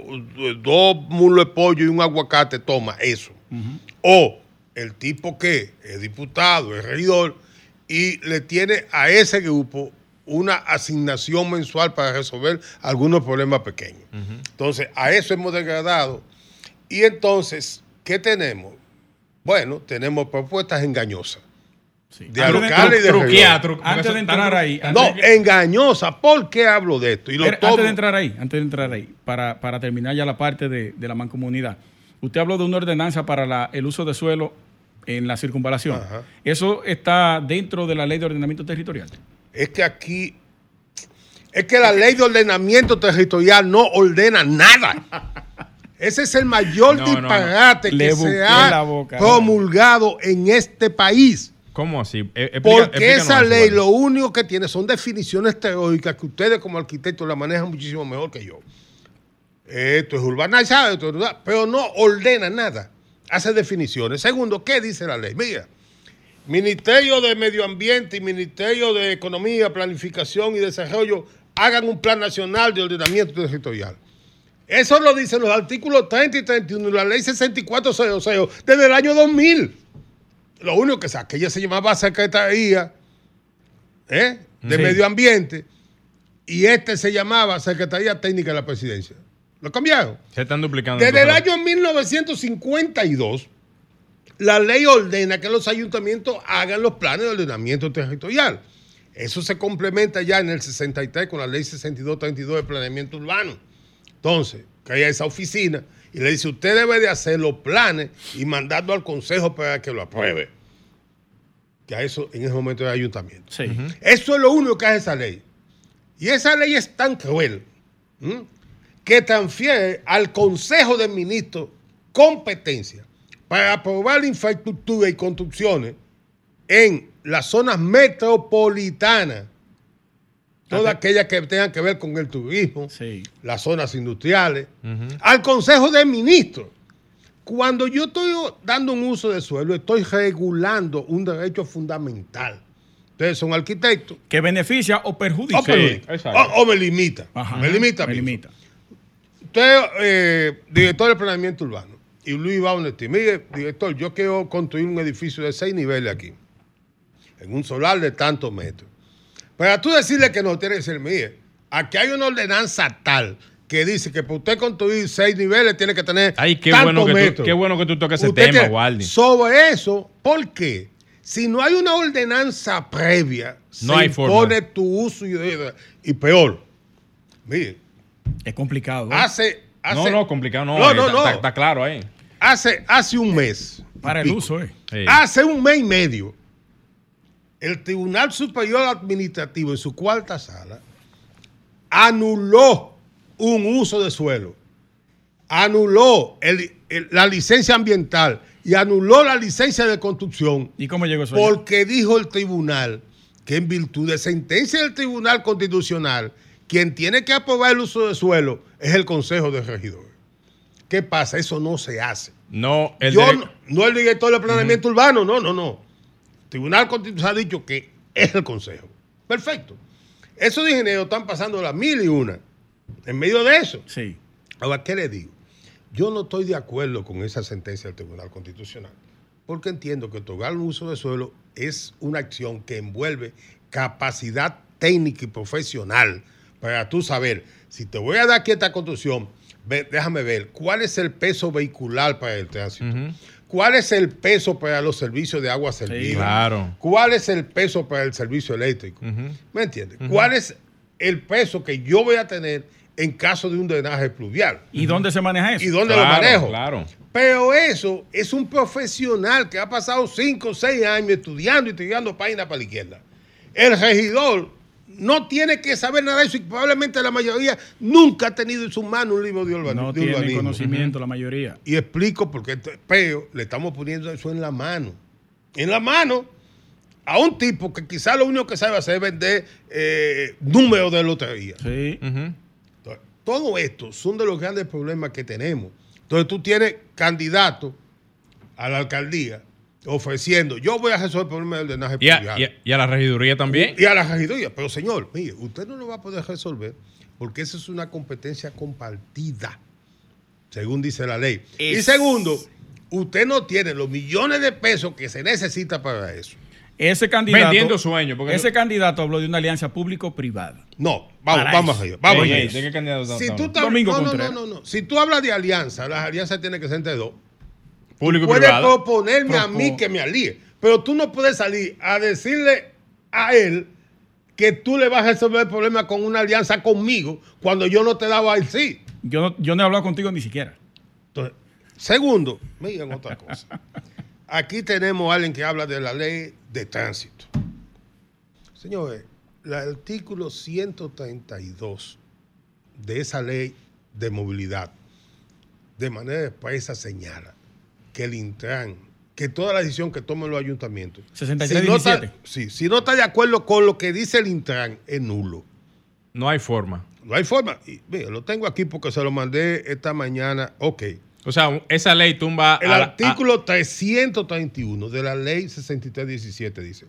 dos mulos de pollo y un aguacate, toma eso. O el tipo que es diputado, es regidor, y le tiene a ese grupo una asignación mensual para resolver algunos problemas pequeños. Entonces, a eso hemos degradado. Y entonces, ¿qué tenemos? Bueno, tenemos propuestas engañosas. Sí. De Antes de- alcalde y de Truquear, regidor. tru- Antes eso de tan entrar tru- ahí, No, antes de- engañosa. ¿Por qué hablo de esto? Y lo Pero tomo. antes de entrar ahí, antes de entrar ahí, para, para terminar ya la parte de, de la mancomunidad, usted habló de una ordenanza para la- el uso de suelo en la circunvalación. Ajá. ¿Eso está dentro de la ley de ordenamiento territorial? Es que aquí, es que la ley de ordenamiento territorial no ordena nada. Ese es el mayor No, no, no. disparate Le que busqué se ha la boca. promulgado en este país. ¿Cómo así? Eh, explica- Porque explícanos esa eso, ley Walter. lo único que tiene son definiciones teóricas que ustedes como arquitectos la manejan muchísimo mejor que yo. Esto es urbanizado, esto es rural, pero no ordena nada. Hace definiciones. Segundo, ¿qué dice la ley? Mira, Ministerio de Medio Ambiente y Ministerio de Economía, Planificación y Desarrollo hagan un plan nacional de ordenamiento territorial. Eso lo dicen los artículos treinta y treinta y uno de la ley sesenta y cuatro cero cero desde el año dos mil. Lo único que es que ella se llamaba Secretaría ¿eh? de Sí. Medio Ambiente y este se llamaba Secretaría Técnica de la Presidencia. ¿Lo cambiaron? Se están duplicando. Desde el entonces. año mil novecientos cincuenta y dos, la ley ordena que los ayuntamientos hagan los planes de ordenamiento territorial. Eso se complementa ya en el sesenta y tres con la ley sesenta y dos treinta y dos de planeamiento urbano. Entonces, crea esa oficina y le dice, usted debe de hacer los planes y mandarlo al consejo para que lo apruebe. Que a eso en ese momento es ayuntamiento. Sí. Eso es lo único que hace esa ley. Y esa ley es tan cruel ¿m? que transfiere al Consejo de Ministros competencia para aprobar la infraestructura y construcciones en las zonas metropolitanas, todas aquellas que tengan que ver con el turismo, Sí. las zonas industriales, Ujú. al Consejo de Ministros. Cuando yo estoy dando un uso de suelo, estoy regulando un derecho fundamental. Ustedes son arquitectos. Que beneficia o perjudica. O, perjudica, exacto. o- o me limita. Ajá. Me limita. a Me mí. limita. Usted, eh, director de planeamiento urbano, y Luis va a un mire, director, yo quiero construir un edificio de seis niveles aquí, en un solar de tantos metros. Para tú decirle que no, tiene que ser, mire, aquí hay una ordenanza tal que dice que para usted construir seis niveles tiene que tener Ay, qué tantos bueno, que tú, metros. qué bueno que tú toques ese Usted tema, tiene- Waldi. Sobre eso, ¿por qué? Si no hay una ordenanza previa, No se hay forma. impone tu uso y, y peor. Mire, Es complicado. ¿eh? hace, hace... No, no, complicado, no. No, eh, no, está, no. está- está claro ahí. Hace, hace un mes. Para el pico, uso, ¿eh? Sí. Hace un mes y medio, el Tribunal Superior Administrativo en su cuarta sala anuló un uso de suelo, anuló el, el, la licencia ambiental y anuló la licencia de construcción. ¿Y cómo llegó eso? Porque dijo el tribunal que en virtud de sentencia del Tribunal Constitucional, quien tiene que aprobar el uso de suelo es el Consejo de Regidores. ¿Qué pasa? Eso no se hace. No, el Yo direct... no, no el director de planeamiento uh-huh. urbano, no, no, no. El Tribunal Constitucional ha dicho que es el Consejo. Perfecto. Esos ingenieros están pasando las mil y una en medio de eso. Sí. Ahora, ¿qué le digo? Yo no estoy de acuerdo con esa sentencia del Tribunal Constitucional, porque entiendo que otorgar un uso de suelo es una acción que envuelve capacidad técnica y profesional para tú saber, si te voy a dar aquí esta construcción, ve, déjame ver cuál es el peso vehicular para el tránsito, uh-huh. cuál es el peso para los servicios de agua servida, sí, claro. cuál es el peso para el servicio eléctrico, uh-huh. ¿me entiendes? Uh-huh. ¿Cuál es el peso que yo voy a tener en caso de un drenaje pluvial? ¿Y uh-huh. dónde se maneja eso? ¿Y dónde claro, lo manejo? Claro. Pero eso es un profesional que ha pasado cinco o seis años estudiando y estudiando páginas para la izquierda. El regidor no tiene que saber nada de eso y probablemente la mayoría nunca ha tenido en sus manos un libro de urbanismo. No tiene urbanismo. Conocimiento uh-huh. la mayoría. Y explico por qué, pero le estamos poniendo eso en la mano. En la mano a un tipo que quizás lo único que sabe hacer es vender eh, números de lotería. Sí. Uh-huh. Entonces, todo esto son de los grandes problemas que tenemos. Entonces tú tienes candidatos a la alcaldía ofreciendo, yo voy a resolver el problema del drenaje y a, pluvial. Y a, y a la regiduría también. Y a la regiduría. Pero señor, mire, usted no lo va a poder resolver porque esa es una competencia compartida, según dice la ley. Es... Y segundo, usted no tiene los millones de pesos que se necesita para eso. Ese candidato, vendiendo sueños. Porque ese no... candidato habló de una alianza público-privada. No, vamos, vamos allá. Vamos Oye, allá. ¿de qué candidato si tú estás, Domingo no, no, Contreras. no, no, no. Si tú hablas de alianza, las alianzas tienen que ser entre dos. Público y puedes privado. proponerme Propo... a mí que me alíe, pero tú no puedes salir a decirle a él que tú le vas a resolver el problema con una alianza conmigo cuando yo no te daba el sí. Yo no, yo no he hablado contigo ni siquiera. Entonces, segundo, miren otra cosa. Aquí tenemos a alguien que habla de la ley de tránsito. Señores, el artículo ciento treinta y dos de esa ley de movilidad de manera expresa señala que el Intran, que toda la decisión que tomen los ayuntamientos, sesenta y tres diecisiete. Si no está, sí, si no está de acuerdo con lo que dice el Intran, es nulo. No hay forma. No hay forma. Y, mira, lo tengo aquí porque se lo mandé esta mañana. Ok. O sea, esa ley tumba... El a, artículo a... trescientos treinta y uno de la ley sesenta y tres diecisiete dice: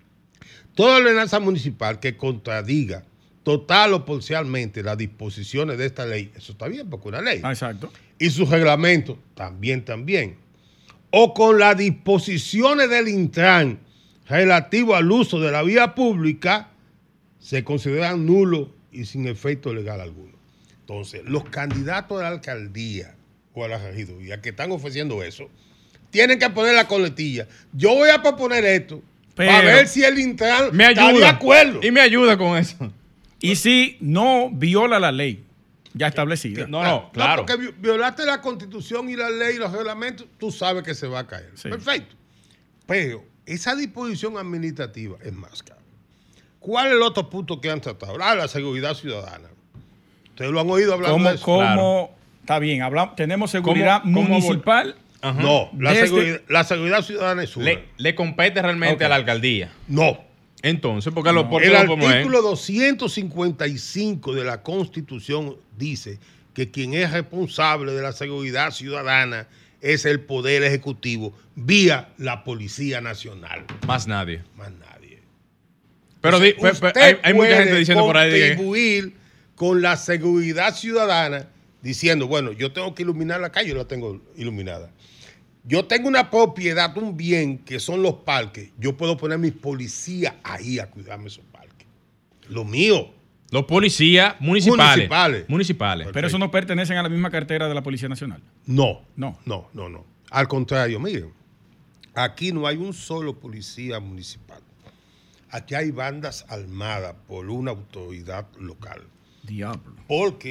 toda ordenanza municipal que contradiga total o parcialmente las disposiciones de esta ley, eso está bien porque es una ley. Ah, exacto. Y sus reglamentos, también, también. O con las disposiciones del Intran relativo al uso de la vía pública, se consideran nulos y sin efecto legal alguno. Entonces, los candidatos a la alcaldía o a la regiduría que están ofreciendo eso, tienen que poner la coletilla. Yo voy a proponer esto pero para ver si el Intran me ayuda, está de acuerdo. Y me ayuda con eso. Y si no viola la ley ya establecida. No, no, claro. No, porque violaste la Constitución y la ley y los reglamentos, tú sabes que se va a caer. Sí. Perfecto. Pero esa disposición administrativa es más cara. ¿Cuál es el otro punto que han tratado? Ah, la seguridad ciudadana. Ustedes lo han oído hablar ¿Cómo, de eso. ¿Cómo? Claro. Está bien, hablamos, tenemos seguridad ¿Cómo, cómo municipal. Ajá. No, la, Desde... seguridad, la seguridad ciudadana es una. Le, le compete realmente okay. a la alcaldía. No. Entonces, ¿por qué no. lo por El lo artículo doscientos cincuenta y cinco de la Constitución dice que quien es responsable de la seguridad ciudadana es el Poder Ejecutivo vía la Policía Nacional. Más nadie. Más nadie. Pero, di, pero, pero hay, hay mucha gente diciendo por ahí que contribuir con la seguridad ciudadana diciendo, bueno, yo tengo que iluminar la calle, yo la tengo iluminada. Yo tengo una propiedad, un bien, que son los parques. Yo puedo poner mis policías ahí a cuidarme esos parques. Lo mío. Los policías municipales. Municipales. Municipales. Pero eso no pertenecen a la misma cartera de la Policía Nacional. No. No. No, no, no. Al contrario, miren, aquí no hay un solo policía municipal. Aquí hay bandas armadas por una autoridad local. Diablo. Porque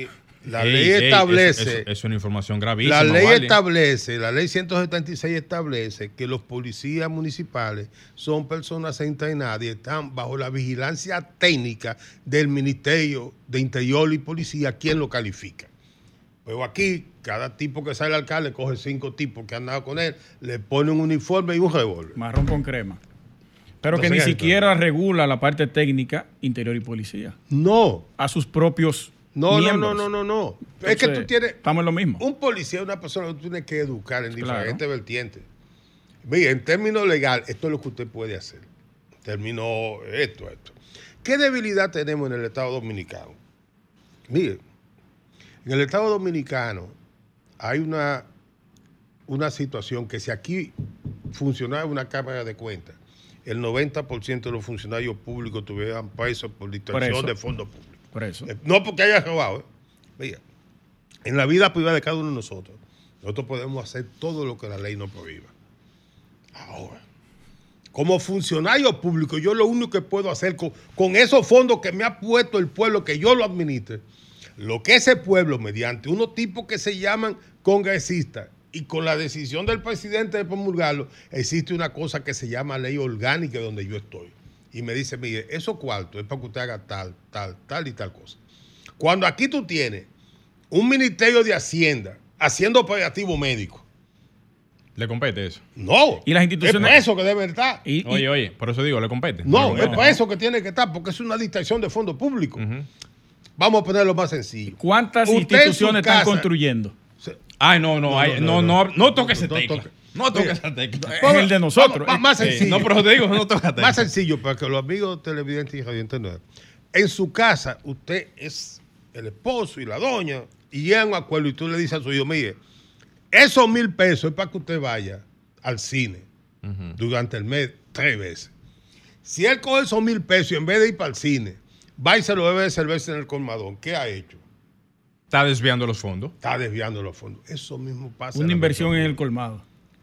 La Ey, ley ey, establece... Eso, eso- eso es una información gravísima. La ley ¿vale? establece, la ley ciento setenta y seis establece que los policías municipales son personas entrenadas y están bajo la vigilancia técnica del Ministerio de Interior y Policía, quien lo califica. Pero aquí, cada tipo que sale al alcalde coge cinco tipos que han dado con él, le pone un uniforme y un revólver. Marrón con crema. Pero que Entonces, ni ¿qué? siquiera regula la parte técnica, interior y policía. No, A sus propios no, no, miembros. no, no, no, no. Es que Entonces, tú tienes... Estamos en lo mismo. Un policía es una persona que tú tienes que educar en Claro. diferentes vertientes. Mire, en términos legales, esto es lo que usted puede hacer. En términos esto, esto. ¿Qué debilidad tenemos en el Estado Dominicano? Mire, en el Estado Dominicano hay una, una situación que si aquí funcionara una Cámara de Cuentas, el noventa por ciento de los funcionarios públicos tuvieran presos por distracción eso. de fondos públicos. Por eso. Eh, No porque haya robado. ¿eh? Mira, en la vida privada de cada uno de nosotros, nosotros podemos hacer todo lo que la ley nos prohíba. Ahora, como funcionario público, yo lo único que puedo hacer con, con esos fondos que me ha puesto el pueblo, que yo lo administre, lo que ese pueblo, mediante unos tipos que se llaman congresistas, y con la decisión del presidente de promulgarlo, existe una cosa que se llama ley orgánica donde yo estoy. Y me dice, mire, esos cuartos es para que usted haga tal, tal, tal y tal cosa. Cuando aquí tú tienes un ministerio de Hacienda haciendo operativo médico, ¿Le compete eso? no. Y las instituciones- Es por eso que debe estar. Y- y- Oye, oye, por eso digo, ¿le compete? No, Le es compete. por eso que tiene que estar, porque es una distracción de fondos públicos. Ujú. Vamos a ponerlo más sencillo. ¿Cuántas Usted en su instituciones están casa- construyendo? Se- Ay, no, no, No, ay, no, no, no, no, no, toque esa no tecla. toque. No toque Mira, esa tecla. Es el de nosotros. Vamos, más Sí, sencillo. no, pero te digo, no toca tecla. Más sencillo para que los amigos televidentes y radiantes no. En su casa, usted es el esposo y la doña, y llegan a un acuerdo y tú le dices a su hijo, mire, esos mil pesos es para que usted vaya al cine Ujú. durante el mes tres veces. Si él coge esos mil pesos y en vez de ir para el cine, va y se lo bebe de cerveza en el colmadón, ¿qué ha hecho? Está desviando los fondos. Está desviando los fondos. Eso mismo pasa. Una la inversión en mitad. el colmado.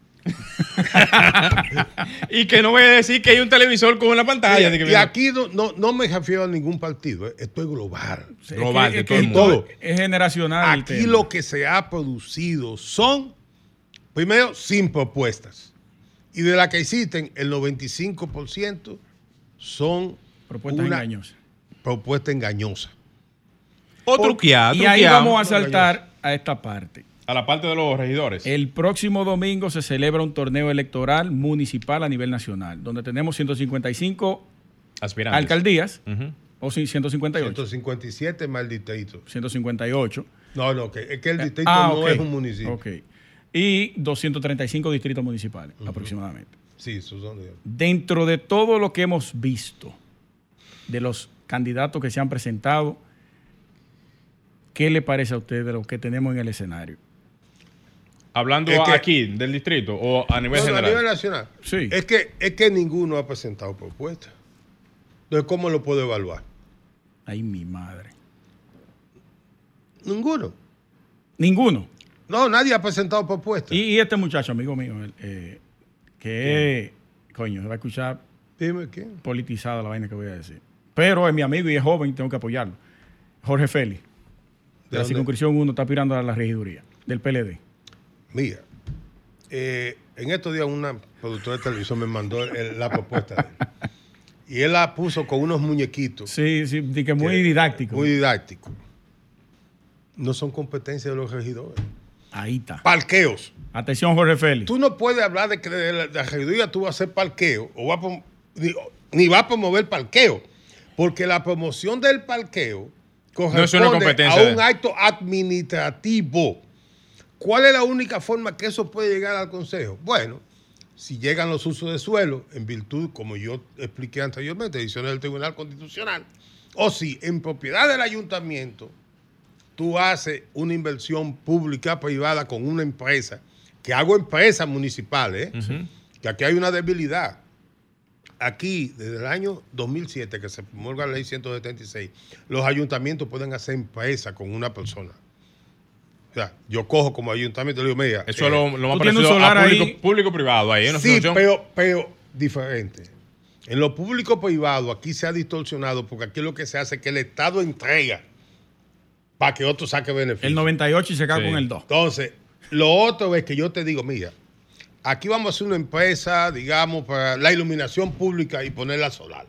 Y que no voy a decir que hay un televisor con una pantalla. de que Y, y viene- aquí no, no, no me refiero a ningún partido, eh, esto es global. Sí, Global, es de que- todo es el que mundo. Es generacional. el Aquí tema. lo que se ha producido son, primero, sin propuestas. Y de las que existen, el noventa y cinco por ciento son Propuestas una engañosas. propuesta engañosa. O truqueado, Y ahí truqueado. vamos a saltar a esta parte. A la parte de los regidores. El próximo domingo se celebra un torneo electoral municipal a nivel nacional, donde tenemos ciento cincuenta y cinco Aspirantes. alcaldías, Ujú. o sí, ciento cincuenta y ocho. ciento cincuenta y siete más el distrito. ciento cincuenta y ocho. No, no, que, es que el distrito Ah, no ok. es un municipio. Ok. Y doscientos treinta y cinco distritos municipales, aproximadamente. Sí, esos son de- Dentro de todo lo que hemos visto, de los candidatos que se han presentado, ¿qué le parece a usted de lo que tenemos en el escenario? Hablando Es que- aquí del distrito o a nivel No, no, a general. nivel nacional. Sí. Es que, es que ninguno ha presentado propuesta. Entonces, ¿cómo lo puedo evaluar? Ay, mi madre. Ninguno. Ninguno. No, nadie ha presentado propuesta. Y, y este muchacho, amigo mío, el, eh, que es, coño, se va a escuchar Dime quién. politizada la vaina que voy a decir. Pero es mi amigo y es joven y tengo que apoyarlo. Jorge Félix, de, ¿De la dónde? circunscripción uno, está aspirando a la regiduría del P L D. Mira, eh, en estos días una productora de televisión me mandó el- la propuesta de él. Y él la puso con unos muñequitos. Sí, sí, di que muy que- didáctico. Muy didáctico. No son competencias de los regidores. Ahí está. Parqueos. Atención, Jorge Félix. Tú no puedes hablar de que de la, de la regiduría tú vas a hacer parqueo o va a prom- ni, ni va a promover parqueo. Porque la promoción del parqueo No es una corresponde competencia a de- un acto administrativo. ¿Cuál es la única forma que eso puede llegar al Consejo? Bueno, si llegan los usos de suelo, en virtud, como yo expliqué anteriormente, decisiones del Tribunal Constitucional, o si en propiedad del ayuntamiento tú haces una inversión pública privada con una empresa, que hago empresas municipales, ¿eh? Ujú. que aquí hay una debilidad. Aquí, desde el año dos mil siete, que se promulga la ley ciento setenta y seis, los ayuntamientos pueden hacer empresa con una persona. O sea, yo cojo como ayuntamiento y le digo, mira, Eso eh, es lo, lo más tú tienes un parecido solar a público, ahí. público-privado. Ahí, ¿eh? Una sí, situación- pero, pero diferente. En lo público-privado aquí se ha distorsionado porque aquí lo que se hace es que el Estado entrega para que otro saque beneficio. El noventa y ocho y se cae Sí. con el dos. Entonces, lo otro es que yo te digo, mira, aquí vamos a hacer una empresa, digamos, para la iluminación pública y ponerla solar.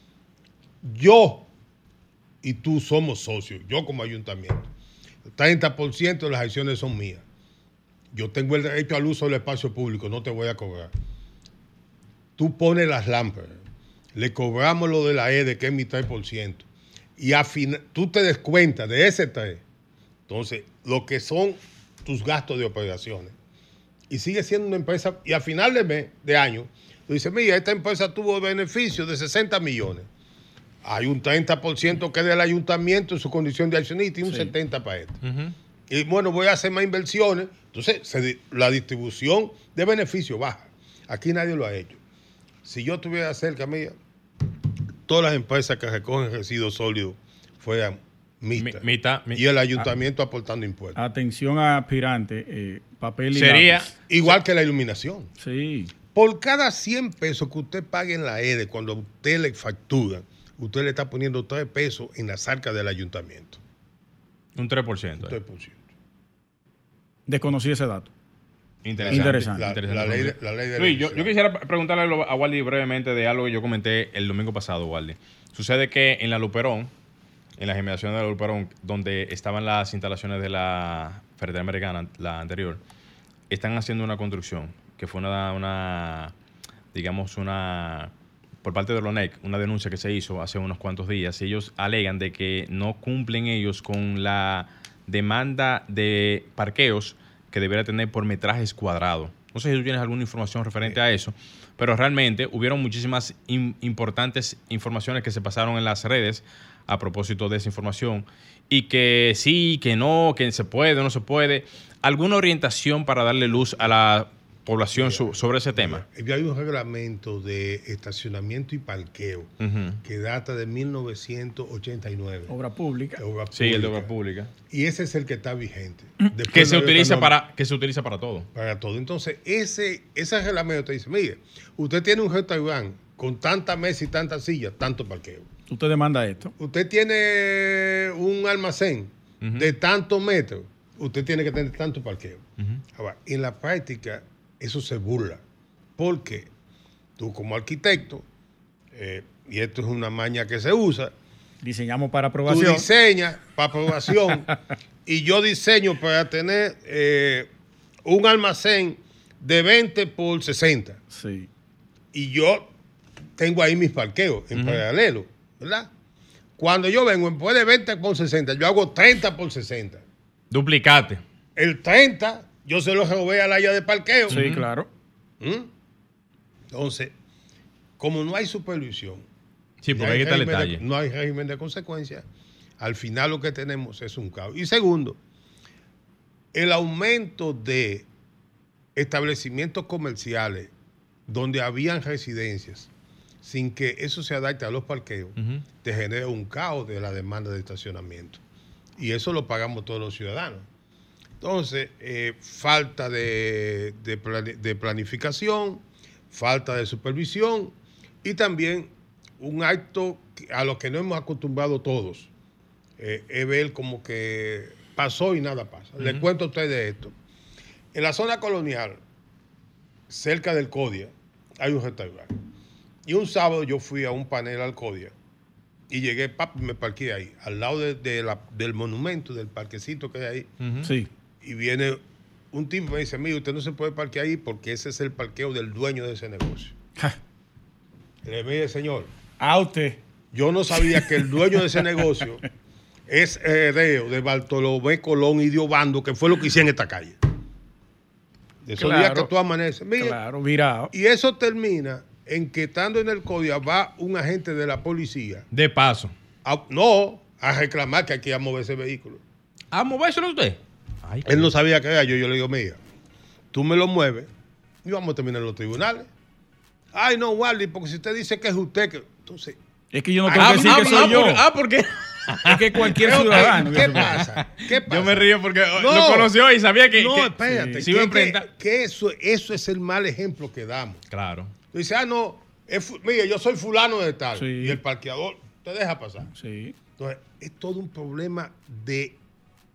Yo y tú somos socios, yo como ayuntamiento. El treinta por ciento de las acciones son mías. Yo tengo el derecho al uso del espacio público, no te voy a cobrar. Tú pones las lámparas, le cobramos lo de la E D E, que es mi tres por ciento, y a fin- tú te descuentas de ese tres. Entonces, lo que son tus gastos de operaciones. Y sigue siendo una empresa, y a final de mes, de año, tú dices, mira, esta empresa tuvo beneficios de sesenta millones. Hay un treinta por ciento que es del ayuntamiento en su condición de accionista y un Sí. setenta por ciento para esto. Ujú. Y bueno, voy a hacer más inversiones. Entonces, se di- la distribución de beneficios baja. Aquí nadie lo ha hecho. Si yo estuviera cerca mía, todas las empresas que recogen residuos sólidos fueran mixtas. Mi- mitad, mi- y el ayuntamiento aportando impuestos. Atención a aspirante, eh, papel y Sería- lápiz. Igual que la iluminación. Sí. Por cada cien pesos que usted pague en la E D E, cuando a usted le factura, usted le está poniendo tres pesos en las arcas del ayuntamiento. Un tres por ciento. eh. tres por ciento. Desconocí ese dato. Interesante. Interesante. La, Interesante. la ley de, la ley de Luis, yo, yo electricidad. quisiera preguntarle a Waldy brevemente de algo que yo comenté el domingo pasado, Waldy. Sucede que en la Luperón, en las inmediaciones de la Luperón, donde estaban las instalaciones de la ferretería americana, la anterior, están haciendo una construcción que fue una, una digamos, una, por parte de LONEC, una denuncia que se hizo hace unos cuantos días. Y ellos alegan de que no cumplen ellos con la demanda de parqueos que debería tener por metrajes cuadrados. No sé si tú tienes alguna información referente a eso, pero realmente hubieron muchísimas in- importantes informaciones que se pasaron en las redes a propósito de esa información y que sí, que no, que se puede, no se puede. ¿Alguna orientación para darle luz a la población so- sobre ese tema? Ya hay un reglamento de estacionamiento y parqueo Ujú. que data de mil novecientos ochenta y nueve. Obra pública. De obra Sí, el de pública. obra pública. Y ese es el que está vigente. Que Después se, no hay utiliza otra norma para, que se utiliza para todo. para todo. Entonces, ese, ese reglamento te dice, mire, usted tiene un restaurante con tanta mesa y tantas sillas, tanto parqueo. Usted demanda esto. Usted tiene un almacén Ujú. de tantos metros, usted tiene que tener tanto parqueo. Ujú. Ahora, en la práctica, eso se burla. Porque tú como arquitecto, eh, y esto es una maña que se usa, Diseñamos para tú aprobación. diseñas para aprobación y yo diseño para tener eh, un almacén de veinte por sesenta. Sí. Y yo tengo ahí mis parqueos en paralelo, ¿verdad? Cuando yo vengo en vez de veinte por sesenta, yo hago treinta por sesenta. Duplicate. El treinta, yo se lo robé al área de parqueo. Sí, claro. ¿Mm? Entonces, como no hay supervisión, Sí, ni porque ahí está el régimen de- detalle. no hay régimen de consecuencias, al final lo que tenemos es un caos. Y segundo, el aumento de establecimientos comerciales donde habían residencias sin que eso se adapte a los parqueos, Ujú. te genera un caos de la demanda de estacionamiento. Y eso lo pagamos todos los ciudadanos. Entonces, eh, falta de, de plani- de planificación, falta de supervisión y también un acto que- a lo que no hemos acostumbrado todos, eh, es ver como que pasó y nada pasa. Les cuento a ustedes esto. En la zona colonial, cerca del Codia, hay un restaurante. Y un sábado yo fui a un panel al Codia y llegué, pap, me parqué ahí, al lado de, de la- del monumento, del parquecito que hay ahí. Ujú. Sí. Y viene un tipo y me dice, mire, usted no se puede parquear ahí porque ese es el parqueo del dueño de ese negocio. Ja. Y le dije, señor, A usted. yo no sabía que el dueño de ese negocio es heredero de Bartolomé Colón y Diobando, que fue lo que hicieron en esta calle. De esos días Claro. que tú amaneces. Mire, Claro, virado. y eso termina en que estando en el Codia va un agente de la policía, De paso. a- no, a reclamar que hay que ir a mover ese vehículo. ¿A movérselo usted? Ay, Él no sabía que era yo. Yo le digo, mira, tú me lo mueves y vamos a terminar en los tribunales. Ay, no, Wally, porque si usted dice que es usted, que... Entonces, Es que yo no Ah, tengo Ah, que decir ah, que soy ah, yo. por- ah, porque Es que cualquier ¿qué, ciudadano. ¿qué pasa? ¿Qué pasa? yo me río porque oh, No. lo conoció y sabía que, No, que espérate. se iba a que- que- enfrentar. que eso, eso es el mal ejemplo que damos. Claro. Tú dices, ah, no, es fu- mire, yo soy fulano de tal. Sí. Y el parqueador te deja pasar. Sí. Entonces, es todo un problema de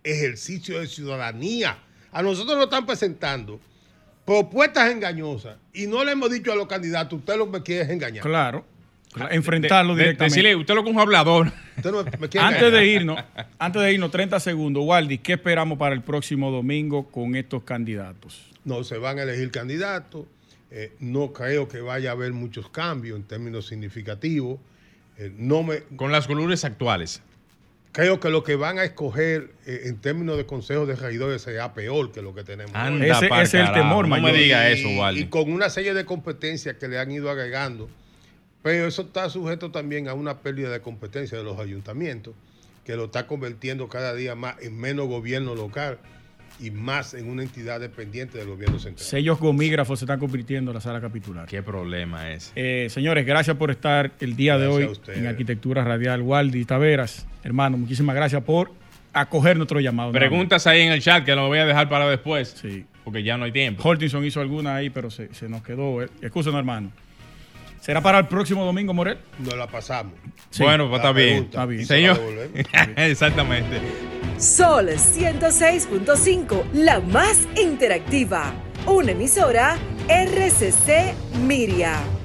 ejercicio de ciudadanía. A nosotros nos están presentando propuestas engañosas y no le hemos dicho a los candidatos, usted lo que quiere es engañar. Claro. Enfrentarlo de, de, directamente. Decirle, usted lo que es un hablador. Usted no me quiere Antes engañar. de irnos, antes de irnos, treinta segundos. Waldi, ¿qué esperamos para el próximo domingo con estos candidatos? No se van a elegir candidatos. Eh, no creo que vaya a haber muchos cambios en términos significativos. Eh, no me, Con las colores actuales. creo que lo que van a escoger eh, en términos de consejos de regidores será peor que lo que tenemos hoy. Anda Ese- pa'l ese es el carajo, temor no mayor. me diga eso, Y- Waldi. Y con una serie de competencias que le han ido agregando. Pero eso está sujeto también a una pérdida de competencia de los ayuntamientos, que lo está convirtiendo cada día más en menos gobierno local y más en una entidad dependiente del gobierno central. Sellos gomígrafos se están convirtiendo en la sala capitular. Qué problema es. Eh, señores, gracias por estar el día de Gracias hoy a ustedes. en Arquitectura Radial. Waldi Taveras, hermano, muchísimas gracias por acoger nuestro llamado. Preguntas ahí en el chat que lo voy a dejar para después. Sí. Porque ya no hay tiempo. Holtinson hizo alguna ahí, pero se, se nos quedó. Eh. Excúsenos, hermano. ¿Será para el próximo domingo, Morel? Nos la pasamos. Sí. Bueno, pues La está bien. pregunta, Está bien. y se la Señor. devolvemos. Exactamente. Sol ciento seis punto cinco, la más interactiva. Una emisora R C C Miria.